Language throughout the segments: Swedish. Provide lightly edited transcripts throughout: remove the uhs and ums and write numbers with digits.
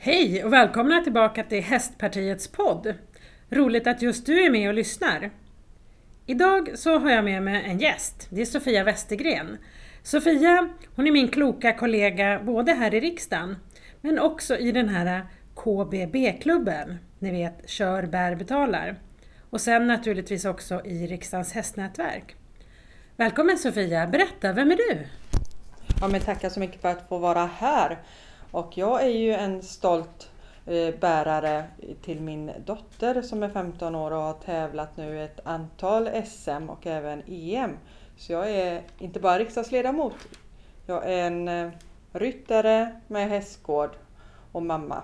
Hej och välkomna tillbaka till Hästpartiets podd. Roligt att just du är med och lyssnar. Idag så har jag med mig en gäst. Det är Sofia Westergren. Sofia, hon är min kloka kollega både här i riksdagen men också i den här KBB-klubben. Ni vet, kör, bär, betalar. Och sen naturligtvis också i riksdagens hästnätverk. Välkommen Sofia, berätta, vem är du? Ja, men tackar så mycket för att få vara här. Och jag är ju en stolt bärare till min dotter som är 15 år och har tävlat nu ett antal SM och även EM. Så jag är inte bara riksdagsledamot, jag är en ryttare med hästgård och mamma.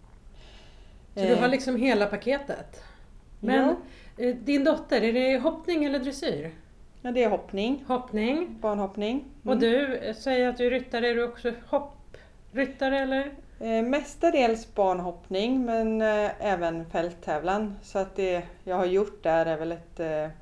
Så du har liksom hela paketet. Men ja. Din dotter, är det hoppning eller dressyr? Ja, det är hoppning. Hoppning. Barnhoppning. Och du säger att du är ryttare, är du också hoppryttare eller? Mestadels barnhoppning men även fälttävlan. Så att det jag har gjort där är väl ett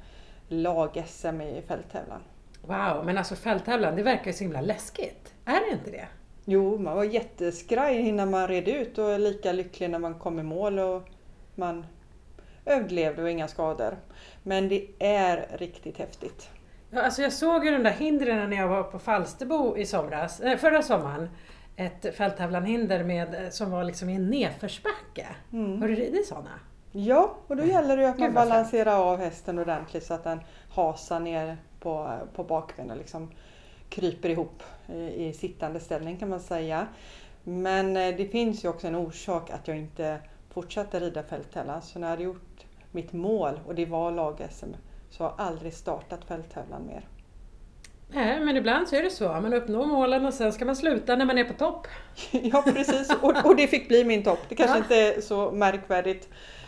lag-SM i fälttävlan. Wow, men alltså fälttävlan, det verkar ju så himla läskigt. Är det inte det? Jo, man var jätteskraj innan man red ut och lika lycklig när man kom i mål och man överlevde och inga skador. Men det är riktigt häftigt. Ja, alltså jag såg ju de där hindren när jag var på Falsterbo i förra sommaren. Ett fälttävlanhinder som var liksom i en nedförsbacke. Har du ridit sådana? Ja, och då gäller det ju att man vad balanserar av hästen ordentligt så att den hasar ner på bakbenen, liksom kryper ihop i sittande ställning kan man säga. Men det finns ju också en orsak att jag inte fortsatte rida fälttävlan. Så när jag hade gjort mitt mål och det var lag-SM så har jag aldrig startat fälttävlan mer. Nej, men ibland så är det så. Man uppnår målen och sen ska man sluta när man är på topp. Ja, precis. Och det fick bli min topp. Det kanske inte är så märkvärdigt.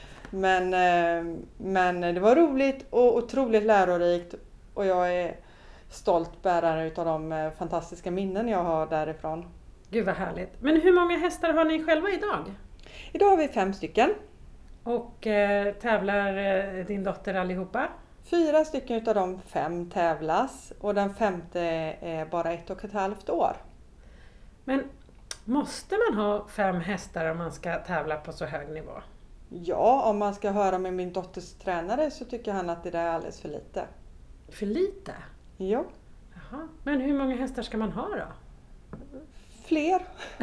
Men det var roligt och otroligt lärorikt. Och jag är stolt bärare av de fantastiska minnen jag har därifrån. Gud vad härligt. Men hur många hästar har ni själva idag? Idag har vi 5 stycken. Och tävlar din dotter allihopa? 4 stycken av de 5 tävlas och den 5:e är bara 1,5 år. Men måste man ha 5 hästar om man ska tävla på så hög nivå? Ja, om man ska höra med min dotters tränare så tycker han att det där är alldeles för lite. För lite? Ja. Jaha. Men hur många hästar ska man ha då? Fler.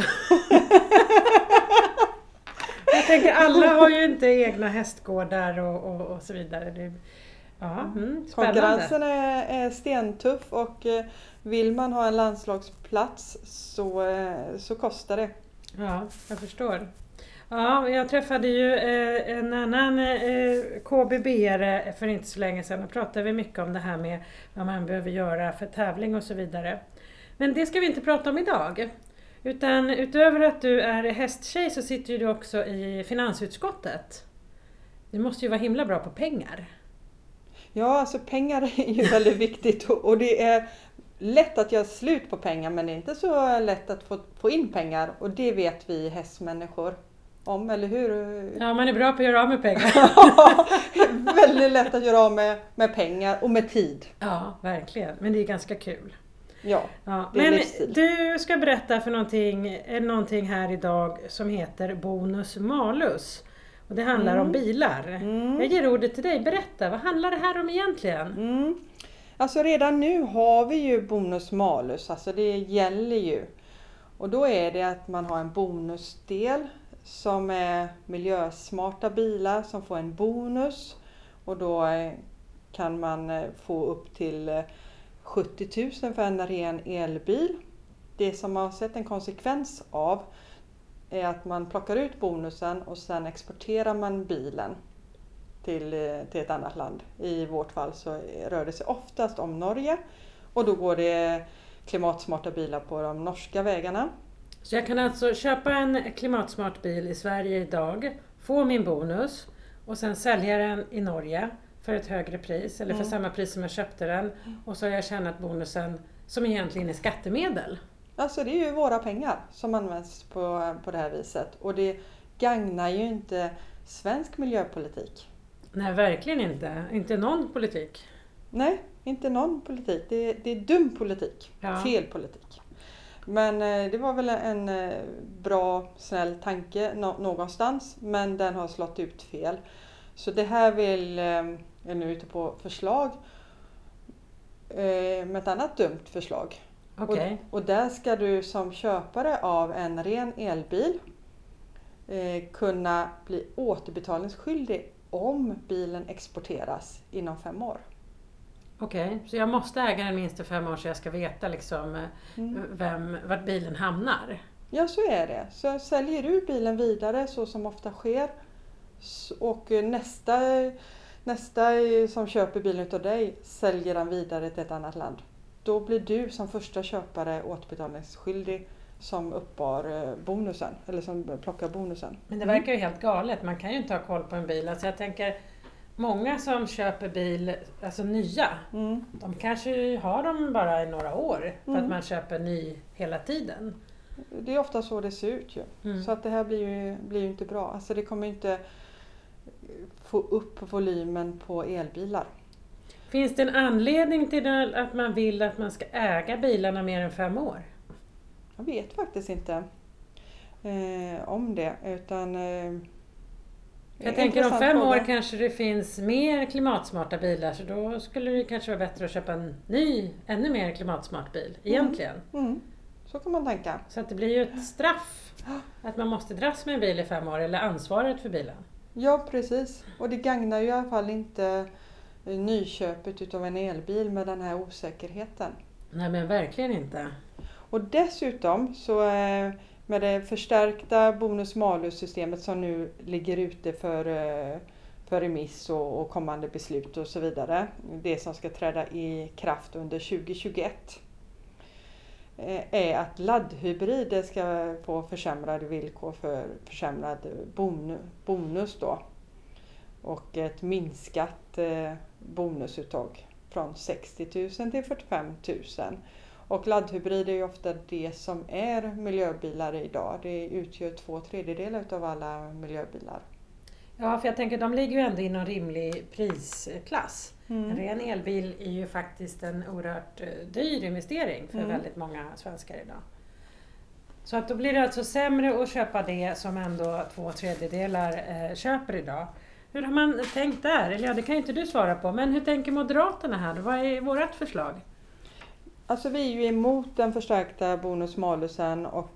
Jag tänker alla har ju inte egna hästgårdar och så vidare. Spännande. Konkurrensen är stentuff och vill man ha en landslagsplats så kostar det. Ja, jag förstår. Ja, jag träffade ju en annan KBB-are för inte så länge sedan och pratade vi mycket om det här med vad man behöver göra för tävling och så vidare. Men det ska vi inte prata om idag. Utan utöver att du är hästtjej så sitter du också i finansutskottet. Du måste ju vara himla bra på pengar. Ja, alltså pengar är ju väldigt viktigt och det är lätt att göra slut på pengar men det är inte så lätt att få in pengar och det vet vi hästmänniskor om, eller hur? Ja, man är bra på att göra av med pengar. Ja, väldigt lätt att göra av med pengar och med tid. Ja, verkligen. Men det är ganska kul. Ja, men du ska berätta för någonting här idag som heter Bonus Malus. Och det handlar om bilar. Jag ger ordet till dig. Berätta, vad handlar det här om egentligen? Alltså redan nu har vi ju Bonus Malus. Alltså det gäller ju. Och då är det att man har en bonusdel som är miljösmarta bilar som får en bonus. Och då kan man få upp till 70 000 för en ren elbil. Det som man har sett en konsekvens av är att man plockar ut bonusen och sen exporterar man bilen till ett annat land. I vårt fall så rör det sig oftast om Norge och då går det klimatsmarta bilar på de norska vägarna. Så jag kan alltså köpa en klimatsmart bil i Sverige idag, få min bonus och sen sälja den i Norge för ett högre pris eller för samma pris som jag köpte den och så har jag tjänat bonusen som egentligen är skattemedel. Alltså det är ju våra pengar som används på det här viset och det gagnar ju inte svensk miljöpolitik. Nej, verkligen inte. Inte någon politik. Nej, inte någon politik. Det är dum politik. Ja. Fel politik. Men det var väl en bra, snäll tanke någonstans, men den har slått ut fel. Så det här är nu ute på förslag med ett annat dumt förslag. Okej. Och där ska du som köpare av en ren elbil kunna bli återbetalningsskyldig om bilen exporteras inom 5 år. Okej, så jag måste äga den minst i 5 år så jag ska veta liksom vart bilen hamnar. Ja, så är det. Så säljer du bilen vidare så som ofta sker och nästa som köper bilen utav dig säljer den vidare till ett annat land. Då blir du som första köpare återbetalningsskyldig som uppbar bonusen eller som plockar bonusen. Men det verkar ju helt galet, man kan ju inte ha koll på en bil. Alltså jag tänker, många som köper bil, alltså nya, de kanske har dem bara i några år för att man köper ny hela tiden. Det är ofta så det ser ut ju. Så att det här blir ju inte bra. Alltså det kommer inte få upp volymen på elbilar. Finns det en anledning till att man vill att man ska äga bilarna mer än 5 år? Jag vet faktiskt inte om det. Utan, jag tänker om 5 år kanske det finns mer klimatsmarta bilar, så då skulle det kanske vara bättre att köpa en ny, ännu mer klimatsmart bil egentligen. Så kan man tänka. Så att det blir ju ett straff att man måste dras med en bil i 5 år, eller ansvaret för bilen. Ja, precis. Och det gagnar ju i alla fall inte nyköpet utav en elbil med den här osäkerheten. Nej, men verkligen inte. Och dessutom så med det förstärkta bonus-malus-systemet som nu ligger ute för remiss och kommande beslut och så vidare. Det som ska träda i kraft under 2021. Är att laddhybrider ska få försämrade villkor för försämrad bonus då. Och ett minskat bonusuttag från 60 000 till 45 000. Och laddhybrid är ju ofta det som är miljöbilar idag. Det utgör 2/3 av alla miljöbilar. Ja, för jag tänker de ligger ju ändå i någon rimlig prisklass. En ren elbil är ju faktiskt en oerhört dyr investering för väldigt många svenskar idag. Så att då blir det alltså sämre att köpa det som ändå 2/3 köper idag. Hur har man tänkt där? Eller ja, det kan ju inte du svara på. Men hur tänker Moderaterna här? Vad är vårt förslag? Alltså vi är ju emot den förstärkta bonus-malusen och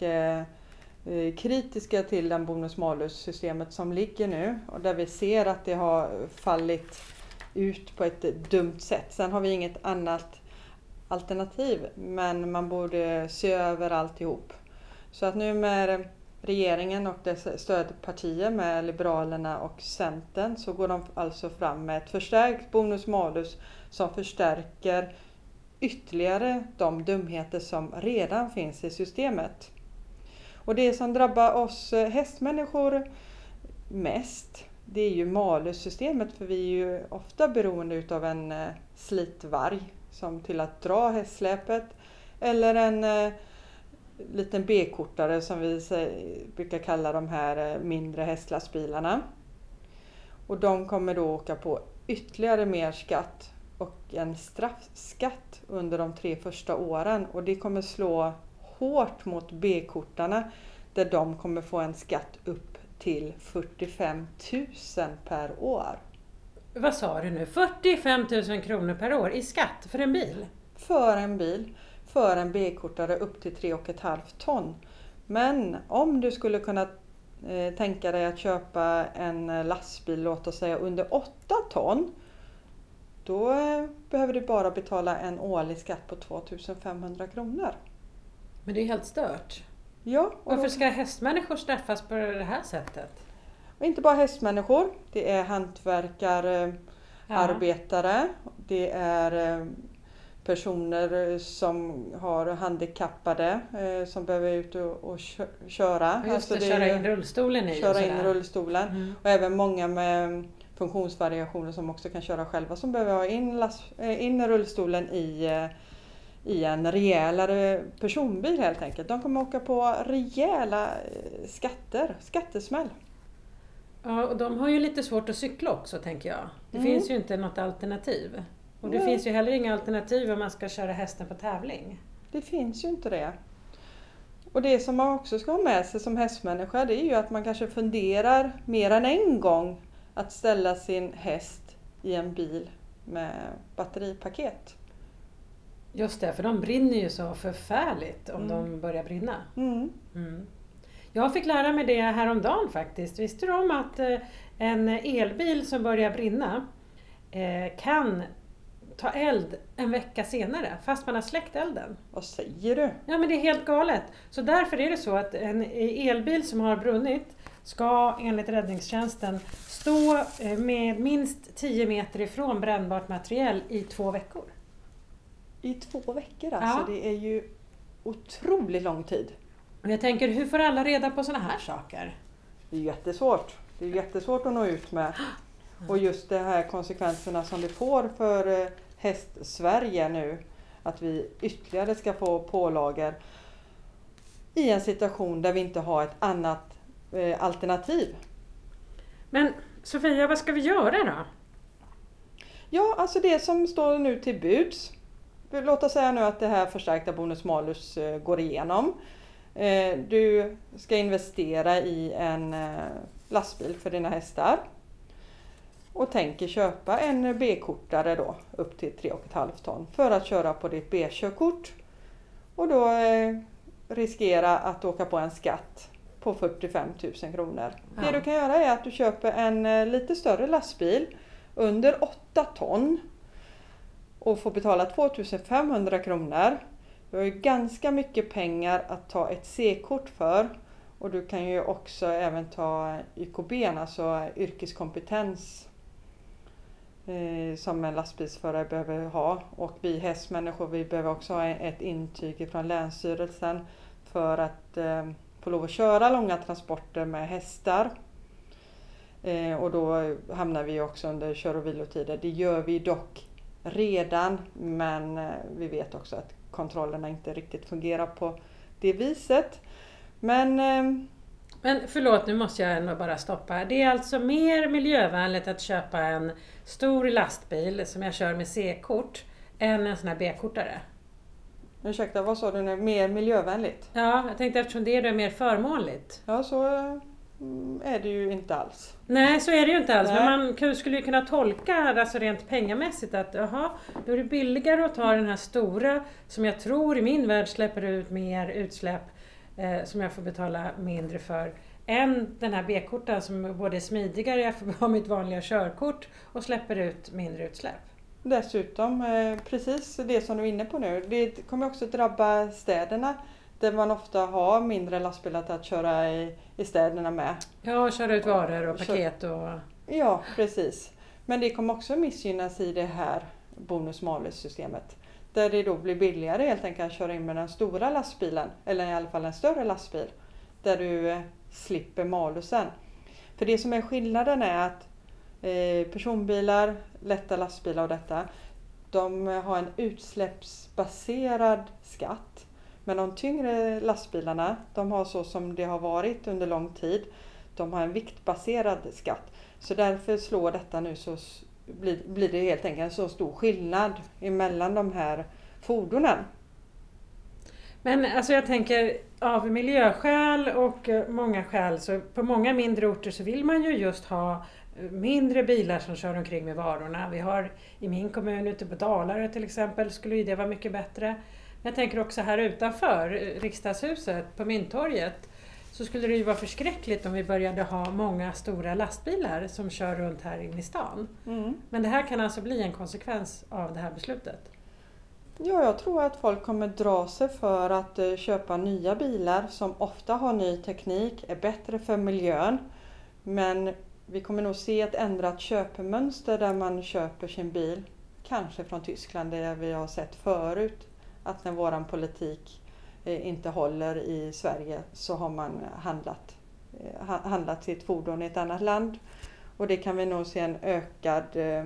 kritiska till den bonus-malus-systemet som ligger nu. Och där vi ser att det har fallit ut på ett dumt sätt. Sen har vi inget annat alternativ, men man borde se över alltihop. Så att nu med regeringen och dess stödpartier med Liberalerna och Centern så går de alltså fram med ett förstärkt bonus-malus som förstärker ytterligare de dumheter som redan finns i systemet. Och det som drabbar oss hästmänniskor mest, det är ju malussystemet, för vi är ju ofta beroende utav en slitvarg som till att dra hästsläpet eller en liten B-kortare som vi brukar kalla de här mindre hästlastbilarna. Och de kommer då åka på ytterligare mer skatt och en straffskatt under de 3 första åren. Och det kommer slå hårt mot B-kortarna där de kommer få en skatt upp till 45 000 per år. Vad sa du nu? 45 000 kronor per år i skatt för en bil? För en bil. För en B-kortare upp till 3,5 ton. Men om du skulle kunna tänka dig att köpa en lastbil, låt oss säga under 8 ton. Då behöver du bara betala en årlig skatt på 2 500 kronor. Men det är helt stört. Ja. Varför ska hästmänniskor straffas på det här sättet? Och inte bara hästmänniskor. Det är hantverkare, arbetare. Det är personer som har handikappade som behöver ut och köra. Just det, köra in rullstolen i. Köra in rullstolen. Och även många med funktionsvariationer som också kan köra själva som behöver ha in rullstolen i en rejälare personbil helt enkelt. De kommer åka på rejäla skattesmäll. Ja, och de har ju lite svårt att cykla också, tänker jag. Det finns ju inte något alternativ. Och det finns ju heller inga alternativ om man ska köra hästen på tävling. Det finns ju inte det. Och det som man också ska ha med sig som hästmänniska, det är ju att man kanske funderar mer än en gång att ställa sin häst i en bil med batteripaket. Just det, för de brinner ju så förfärligt om de börjar brinna. Jag fick lära mig det häromdagen faktiskt. Visste du om att en elbil som börjar brinna kan ta eld en vecka senare fast man har släckt elden? Vad säger du? Ja, men det är helt galet. Så därför är det så att en elbil som har brunnit ska enligt räddningstjänsten stå med minst 10 meter ifrån brännbart material i 2 veckor. I 2 veckor alltså, Ja. det är ju otroligt lång tid. Och jag tänker, hur får alla reda på såna här saker? Det är jättesvårt. Det är jättesvårt att nå ut med. Och just de här konsekvenserna som det får för häst-Sverige nu. Att vi ytterligare ska få pålagor i en situation där vi inte har ett annat alternativ. Men Sofia, vad ska vi göra då? Ja, alltså det som står nu till buds. Låt oss säga nu att det här förstärkta bonus-malus går igenom. Du ska investera i en lastbil för dina hästar. Och tänker köpa en B-kortare då upp till 3,5 ton för att köra på ditt B-körkort. Och då riskera att åka på en skatt på 45 000 kronor. Ja. Det du kan göra är att du köper en lite större lastbil under 8 ton och får betala 2 500 kronor. Du har ju ganska mycket pengar att ta ett C-kort för. Och du kan ju också även ta YKB, alltså yrkeskompetens, som en lastbilsförare behöver ha. Och vi hästmänniskor, vi behöver också ha ett intyg från Länsstyrelsen för att få lov att köra långa transporter med hästar. Och då hamnar vi också under kör- och vilotider. Det gör vi dock redan, men vi vet också att kontrollerna inte riktigt fungerar på det viset. Men förlåt, nu måste jag ändå bara stoppa. Det är alltså mer miljövänligt att köpa en stor lastbil som jag kör med C-kort än en sån här B-kortare. ursäkta, vad sa du nu? Mer miljövänligt? Ja, jag tänkte eftersom det är mer förmånligt. Ja, så är det ju inte alls. Nej, så är det ju inte alls. Nej. Men man skulle ju kunna tolka alltså rent pengamässigt att jaha, då är det billigare att ta den här stora som jag tror i min värld släpper ut mer utsläpp som jag får betala mindre för än den här B-korten som både är smidigare, jag får ha mitt vanliga körkort och släpper ut mindre utsläpp. Dessutom, precis det som du är inne på nu, det kommer också drabba städerna där man ofta har mindre lastbilar att köra i städerna med. Ja, köra ut varor och paket och... Ja, precis. Men det kommer också missgynnas i det här bonus-malus-systemet. Där det då blir billigare helt enkelt att köra in med den stora lastbilen, eller i alla fall en större lastbil, där du slipper malusen. För det som är skillnaden är att personbilar, lätta lastbilar och detta, de har en utsläppsbaserad skatt. Men de tyngre lastbilarna, de har så som det har varit under lång tid, de har en viktbaserad skatt. Så därför slår detta nu så blir det helt enkelt en så stor skillnad emellan de här fordonen. Men alltså jag tänker av miljöskäl och många skäl så på många mindre orter så vill man ju just ha mindre bilar som kör omkring med varorna. Vi har i min kommun ute på Dalarö till exempel skulle ju det vara mycket bättre. Men jag tänker också här utanför riksdagshuset på Mynttorget så skulle det ju vara förskräckligt om vi började ha många stora lastbilar som kör runt här inne i stan. Men det här kan alltså bli en konsekvens av det här beslutet. Ja, jag tror att folk kommer dra sig för att köpa nya bilar som ofta har ny teknik, är bättre för miljön. Men vi kommer nog se ett ändrat köpmönster där man köper sin bil, kanske från Tyskland, det vi har sett förut. Att när våran politik inte håller i Sverige så har man handlat sitt fordon i ett annat land. Och det kan vi nog se en ökad...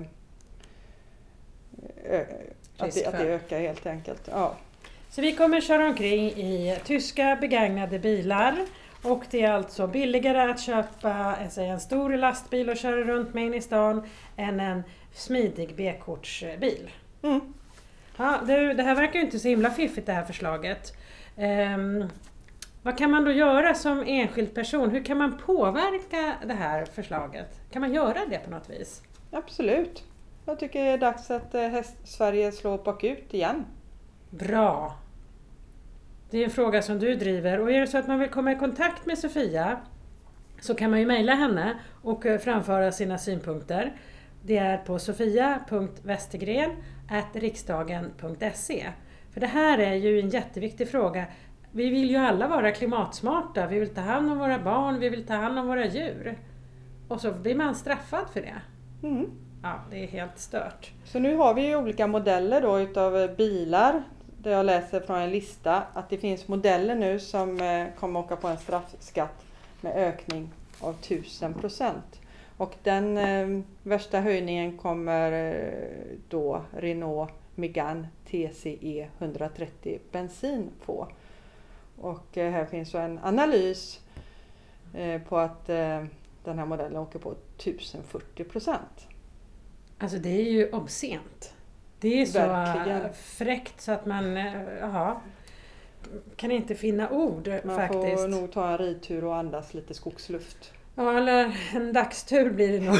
Att det ökar helt enkelt. Ja. Så vi kommer köra omkring i tyska begagnade bilar och det är alltså billigare att köpa en stor lastbil och köra runt med in i stan än en smidig B-kortsbil. Ja, det här verkar ju inte så himla fiffigt det här förslaget. Vad kan man då göra som enskild person? Hur kan man påverka det här förslaget? Kan man göra det på något vis? Absolut. Jag tycker det är dags att Sverige slår bakut igen. Bra! Det är en fråga som du driver. Och är det så att man vill komma i kontakt med Sofia så kan man ju mejla henne och framföra sina synpunkter. Det är på sofia.westergren@riksdagen.se. För det här är ju en jätteviktig fråga. Vi vill ju alla vara klimatsmarta. Vi vill ta hand om våra barn, vi vill ta hand om våra djur. Och så blir man straffad för det. Mm. Ja, det är helt stört. Så nu har vi ju olika modeller då utav bilar. Där jag läser från en lista att det finns modeller nu som kommer åka på en straffskatt med ökning av 1000%. Och den värsta höjningen kommer då Renault Megane TCE 130 bensin få. Och här finns så en analys på att den här modellen åker på 1040%. Alltså det är ju obscent. Det är så Verkligen. fräckt så att man kan inte finna ord Man faktiskt. får nog ta en ridtur och andas lite skogsluft. Ja, eller en dagstur blir det nog.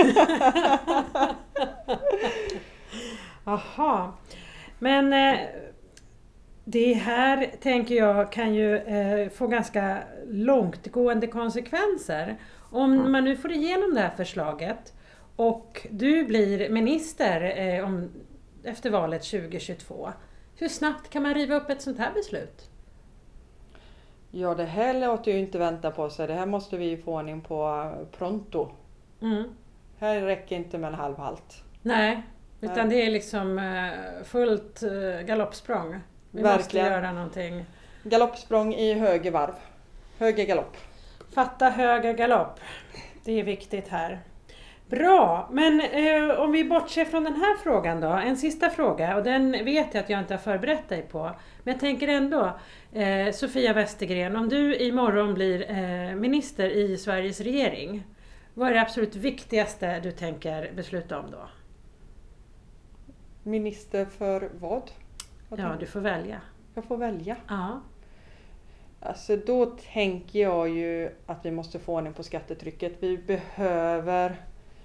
Jaha. Men det här tänker jag kan ju få ganska långtgående konsekvenser. Om man nu får igenom det här förslaget och du blir minister efter valet 2022. Hur snabbt kan man riva upp ett sånt här beslut? Ja, det här låter ju inte vänta på sig. Det här måste vi få ordning på pronto. Mm. Här räcker inte med en halv halt. Nej, utan det är liksom fullt galoppsprång. Vi måste göra någonting. Galoppsprång i höger varv. Höger galopp. Fatta höger galopp. Det är viktigt här. Bra, men om vi bortser från den här frågan då. En sista fråga, och den vet jag att jag inte har förberett dig på. Men jag tänker ändå, Sofia Westergren, om du imorgon blir minister i Sveriges regering. Vad är det absolut viktigaste du tänker besluta om då? Minister för vad? Ja, du får välja. Jag får välja. Ja. Alltså då tänker jag ju att vi måste få ordning på skattetrycket. Vi behöver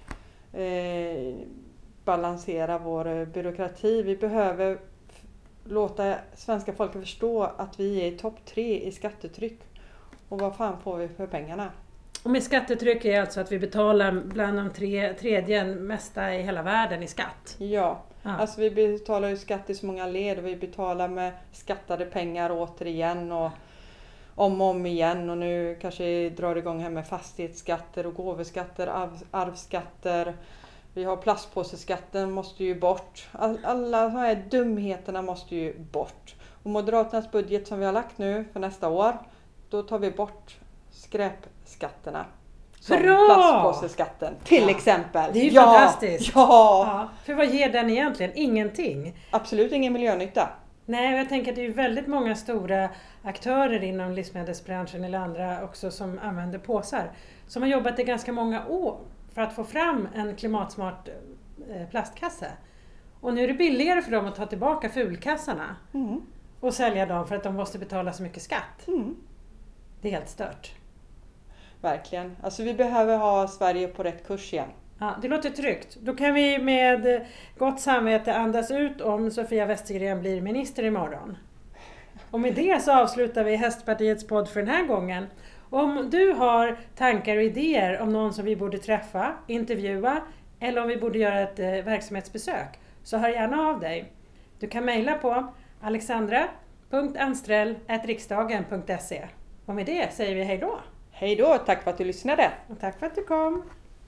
balansera vår byråkrati. Vi behöver låta svenska folket förstå att vi är i topp 3 i skattetryck. Och vad fan får vi för pengarna? Och med skattetryck är alltså att vi betalar bland de tredje mesta i hela världen i skatt. Ja, alltså vi betalar ju skatt i så många led och vi betalar med skattade pengar återigen och om igen. Och nu kanske drar igång här med fastighetsskatter och gåvoskatter, arvsskatter. Vi har plastpåseskatten, måste ju bort. Alla de här dumheterna måste ju bort. Och Moderaternas budget som vi har lagt nu för nästa år, då tar vi bort skräpskatterna. Som plastpåseskatten till exempel. Det är ju fantastiskt. Ja. För vad ger den egentligen? Ingenting. Absolut ingen miljönytta. Nej, jag tänker att det är väldigt många stora aktörer inom livsmedelsbranschen eller andra också som använder påsar. Som har jobbat i ganska många år för att få fram en klimatsmart plastkasse. Och nu är det billigare för dem att ta tillbaka fulkassarna och sälja dem för att de måste betala så mycket skatt. Det är helt stört. Verkligen. Alltså vi behöver ha Sverige på rätt kurs igen. Ja, det låter tryggt. Då kan vi med gott samvete andas ut om Sofia Westergren blir minister imorgon. Och med det så avslutar vi Hästpartiets podd för den här gången. Om du har tankar och idéer om någon som vi borde träffa, intervjua eller om vi borde göra ett verksamhetsbesök, så hör gärna av dig. Du kan mejla på alexandra.anstrell@riksdagen.se. Och med det säger vi hej då. Hej då, tack för att du lyssnade. Och tack för att du kom.